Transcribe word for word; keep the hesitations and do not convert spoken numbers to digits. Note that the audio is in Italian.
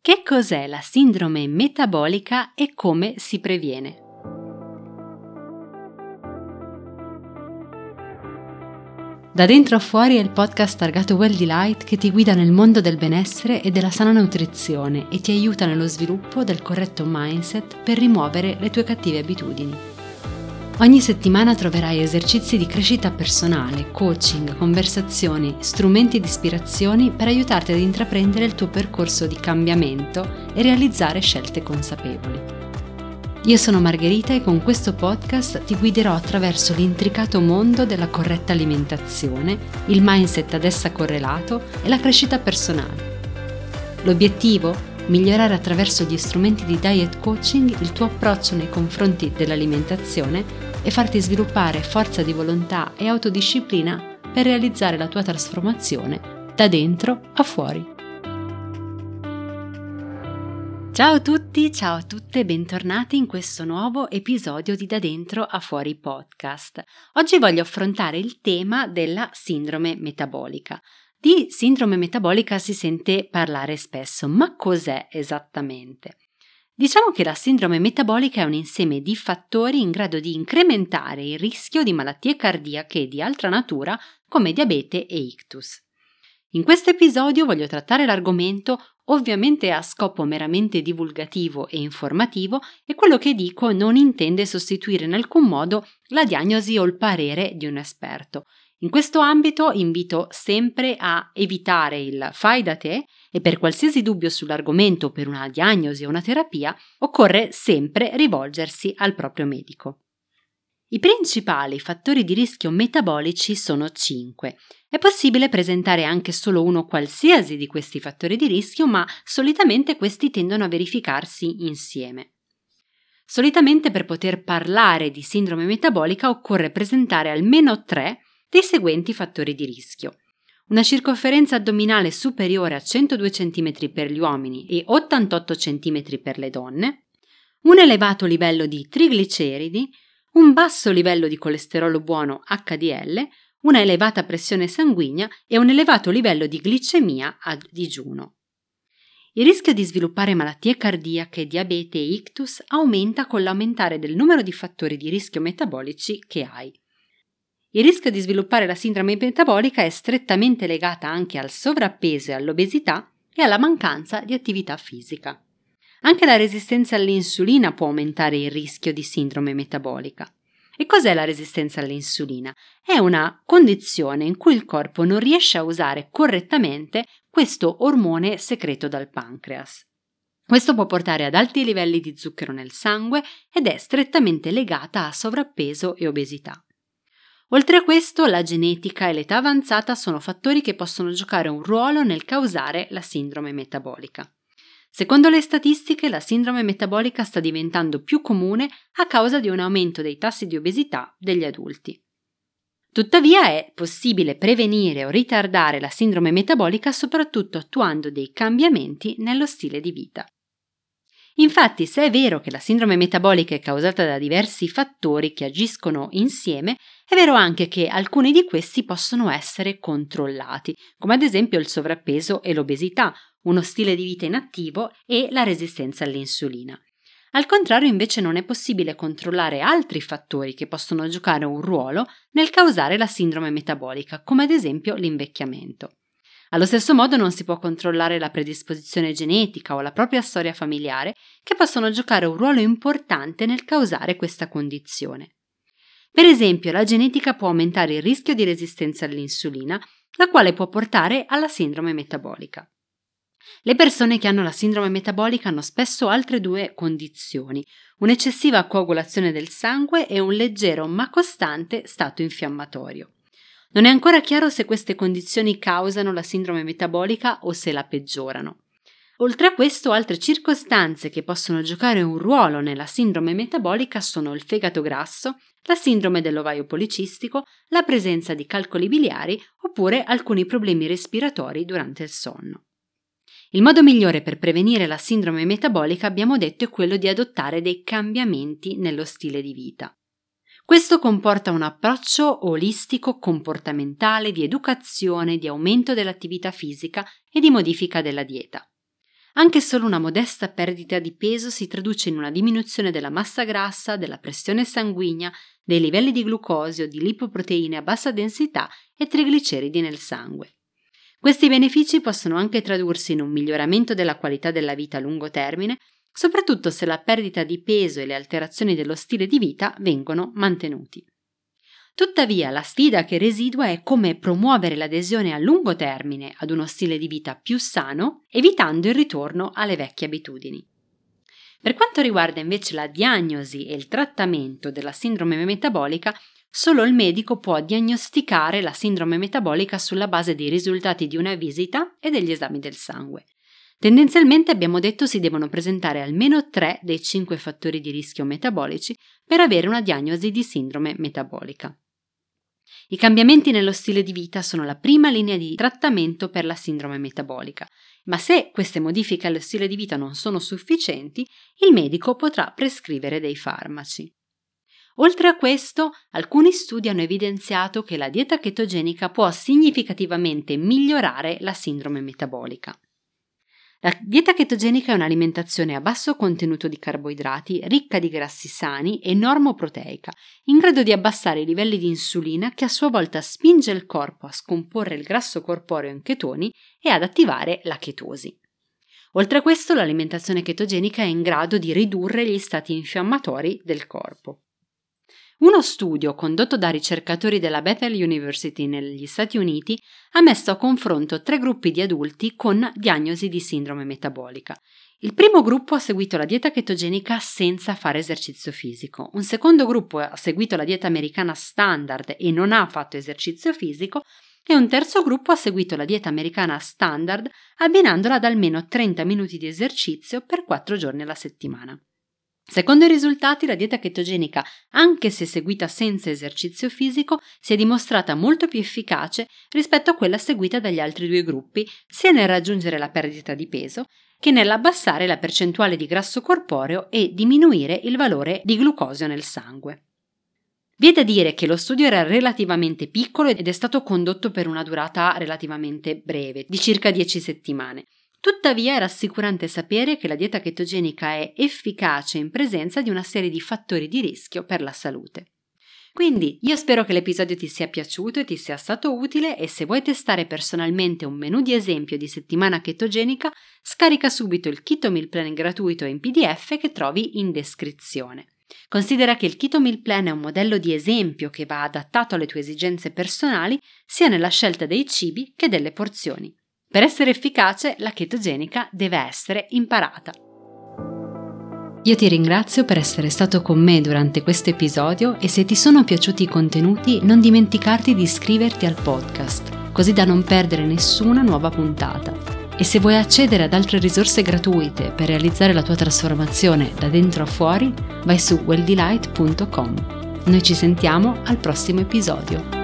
Che cos'è la sindrome metabolica e come si previene? Da dentro a fuori è il podcast targato Well Delight che ti guida nel mondo del benessere e della sana nutrizione e ti aiuta nello sviluppo del corretto mindset per rimuovere le tue cattive abitudini. Ogni settimana troverai esercizi di crescita personale, coaching, conversazioni, strumenti di ispirazione per aiutarti ad intraprendere il tuo percorso di cambiamento e realizzare scelte consapevoli. Io sono Margherita e con questo podcast ti guiderò attraverso l'intricato mondo della corretta alimentazione, il mindset ad essa correlato e la crescita personale. L'obiettivo? Migliorare attraverso gli strumenti di diet coaching il tuo approccio nei confronti dell'alimentazione e farti sviluppare forza di volontà e autodisciplina per realizzare la tua trasformazione da dentro a fuori. Ciao a tutti, ciao a tutte, bentornati in questo nuovo episodio di Da Dentro a Fuori podcast. Oggi voglio affrontare il tema della sindrome metabolica. Di sindrome metabolica si sente parlare spesso, ma cos'è esattamente? Diciamo che la sindrome metabolica è un insieme di fattori in grado di incrementare il rischio di malattie cardiache di altra natura come diabete e ictus. In questo episodio voglio trattare l'argomento ovviamente a scopo meramente divulgativo e informativo e quello che dico non intende sostituire in alcun modo la diagnosi o il parere di un esperto. In questo ambito invito sempre a evitare il fai da te e per qualsiasi dubbio sull'argomento, per una diagnosi o una terapia, occorre sempre rivolgersi al proprio medico. I principali fattori di rischio metabolici sono cinque. È possibile presentare anche solo uno qualsiasi di questi fattori di rischio, ma solitamente questi tendono a verificarsi insieme. Solitamente per poter parlare di sindrome metabolica occorre presentare almeno tre dei seguenti fattori di rischio: una circonferenza addominale superiore a centodue centimetri per gli uomini e ottantotto centimetri per le donne, un elevato livello di trigliceridi, un basso livello di colesterolo buono acca di elle, una elevata pressione sanguigna e un elevato livello di glicemia a digiuno. Il rischio di sviluppare malattie cardiache, diabete e ictus aumenta con l'aumentare del numero di fattori di rischio metabolici che hai. Il rischio di sviluppare la sindrome metabolica è strettamente legata anche al sovrappeso e all'obesità e alla mancanza di attività fisica. Anche la resistenza all'insulina può aumentare il rischio di sindrome metabolica. E cos'è la resistenza all'insulina? È una condizione in cui il corpo non riesce a usare correttamente questo ormone secreto dal pancreas. Questo può portare ad alti livelli di zucchero nel sangue ed è strettamente legata a sovrappeso e obesità. Oltre a questo, la genetica e l'età avanzata sono fattori che possono giocare un ruolo nel causare la sindrome metabolica. Secondo le statistiche, la sindrome metabolica sta diventando più comune a causa di un aumento dei tassi di obesità degli adulti. Tuttavia è possibile prevenire o ritardare la sindrome metabolica soprattutto attuando dei cambiamenti nello stile di vita. Infatti, se è vero che la sindrome metabolica è causata da diversi fattori che agiscono insieme, è vero anche che alcuni di questi possono essere controllati, come ad esempio il sovrappeso e l'obesità, uno stile di vita inattivo e la resistenza all'insulina. Al contrario, invece, non è possibile controllare altri fattori che possono giocare un ruolo nel causare la sindrome metabolica, come ad esempio l'invecchiamento. Allo stesso modo non si può controllare la predisposizione genetica o la propria storia familiare, che possono giocare un ruolo importante nel causare questa condizione. Per esempio, la genetica può aumentare il rischio di resistenza all'insulina, la quale può portare alla sindrome metabolica. Le persone che hanno la sindrome metabolica hanno spesso altre due condizioni: un'eccessiva coagulazione del sangue e un leggero ma costante stato infiammatorio. Non è ancora chiaro se queste condizioni causano la sindrome metabolica o se la peggiorano. Oltre a questo, altre circostanze che possono giocare un ruolo nella sindrome metabolica sono il fegato grasso, la sindrome dell'ovaio policistico, la presenza di calcoli biliari oppure alcuni problemi respiratori durante il sonno. Il modo migliore per prevenire la sindrome metabolica, abbiamo detto, è quello di adottare dei cambiamenti nello stile di vita. Questo comporta un approccio olistico, comportamentale, di educazione, di aumento dell'attività fisica e di modifica della dieta. Anche solo una modesta perdita di peso si traduce in una diminuzione della massa grassa, della pressione sanguigna, dei livelli di glucosio, di lipoproteine a bassa densità e trigliceridi nel sangue. Questi benefici possono anche tradursi in un miglioramento della qualità della vita a lungo termine, soprattutto se la perdita di peso e le alterazioni dello stile di vita vengono mantenuti. Tuttavia, la sfida che residua è come promuovere l'adesione a lungo termine ad uno stile di vita più sano, evitando il ritorno alle vecchie abitudini. Per quanto riguarda invece la diagnosi e il trattamento della sindrome metabolica, solo il medico può diagnosticare la sindrome metabolica sulla base dei risultati di una visita e degli esami del sangue. Tendenzialmente abbiamo detto si devono presentare almeno tre dei cinque fattori di rischio metabolici per avere una diagnosi di sindrome metabolica. I cambiamenti nello stile di vita sono la prima linea di trattamento per la sindrome metabolica, ma se queste modifiche allo stile di vita non sono sufficienti, il medico potrà prescrivere dei farmaci. Oltre a questo, alcuni studi hanno evidenziato che la dieta chetogenica può significativamente migliorare la sindrome metabolica. La dieta chetogenica è un'alimentazione a basso contenuto di carboidrati, ricca di grassi sani e normoproteica, in grado di abbassare i livelli di insulina che a sua volta spinge il corpo a scomporre il grasso corporeo in chetoni e ad attivare la chetosi. Oltre a questo, l'alimentazione chetogenica è in grado di ridurre gli stati infiammatori del corpo. Uno studio condotto da ricercatori della Bethel University negli Stati Uniti ha messo a confronto tre gruppi di adulti con diagnosi di sindrome metabolica. Il primo gruppo ha seguito la dieta chetogenica senza fare esercizio fisico, un secondo gruppo ha seguito la dieta americana standard e non ha fatto esercizio fisico e un terzo gruppo ha seguito la dieta americana standard abbinandola ad almeno trenta minuti di esercizio per quattro giorni alla settimana. Secondo i risultati, la dieta chetogenica, anche se seguita senza esercizio fisico, si è dimostrata molto più efficace rispetto a quella seguita dagli altri due gruppi, sia nel raggiungere la perdita di peso che nell'abbassare la percentuale di grasso corporeo e diminuire il valore di glucosio nel sangue. Vi è da dire che lo studio era relativamente piccolo ed è stato condotto per una durata relativamente breve, di circa dieci settimane. Tuttavia è rassicurante sapere che la dieta chetogenica è efficace in presenza di una serie di fattori di rischio per la salute. Quindi io spero che l'episodio ti sia piaciuto e ti sia stato utile e se vuoi testare personalmente un menù di esempio di settimana chetogenica, scarica subito il Keto Meal Plan gratuito in P D F che trovi in descrizione. Considera che il Keto Meal Plan è un modello di esempio che va adattato alle tue esigenze personali sia nella scelta dei cibi che delle porzioni. Per essere efficace, la chetogenica deve essere imparata. Io ti ringrazio per essere stato con me durante questo episodio e se ti sono piaciuti i contenuti non dimenticarti di iscriverti al podcast, così da non perdere nessuna nuova puntata. E se vuoi accedere ad altre risorse gratuite per realizzare la tua trasformazione da dentro a fuori, vai su well delight punto com. Noi ci sentiamo al prossimo episodio.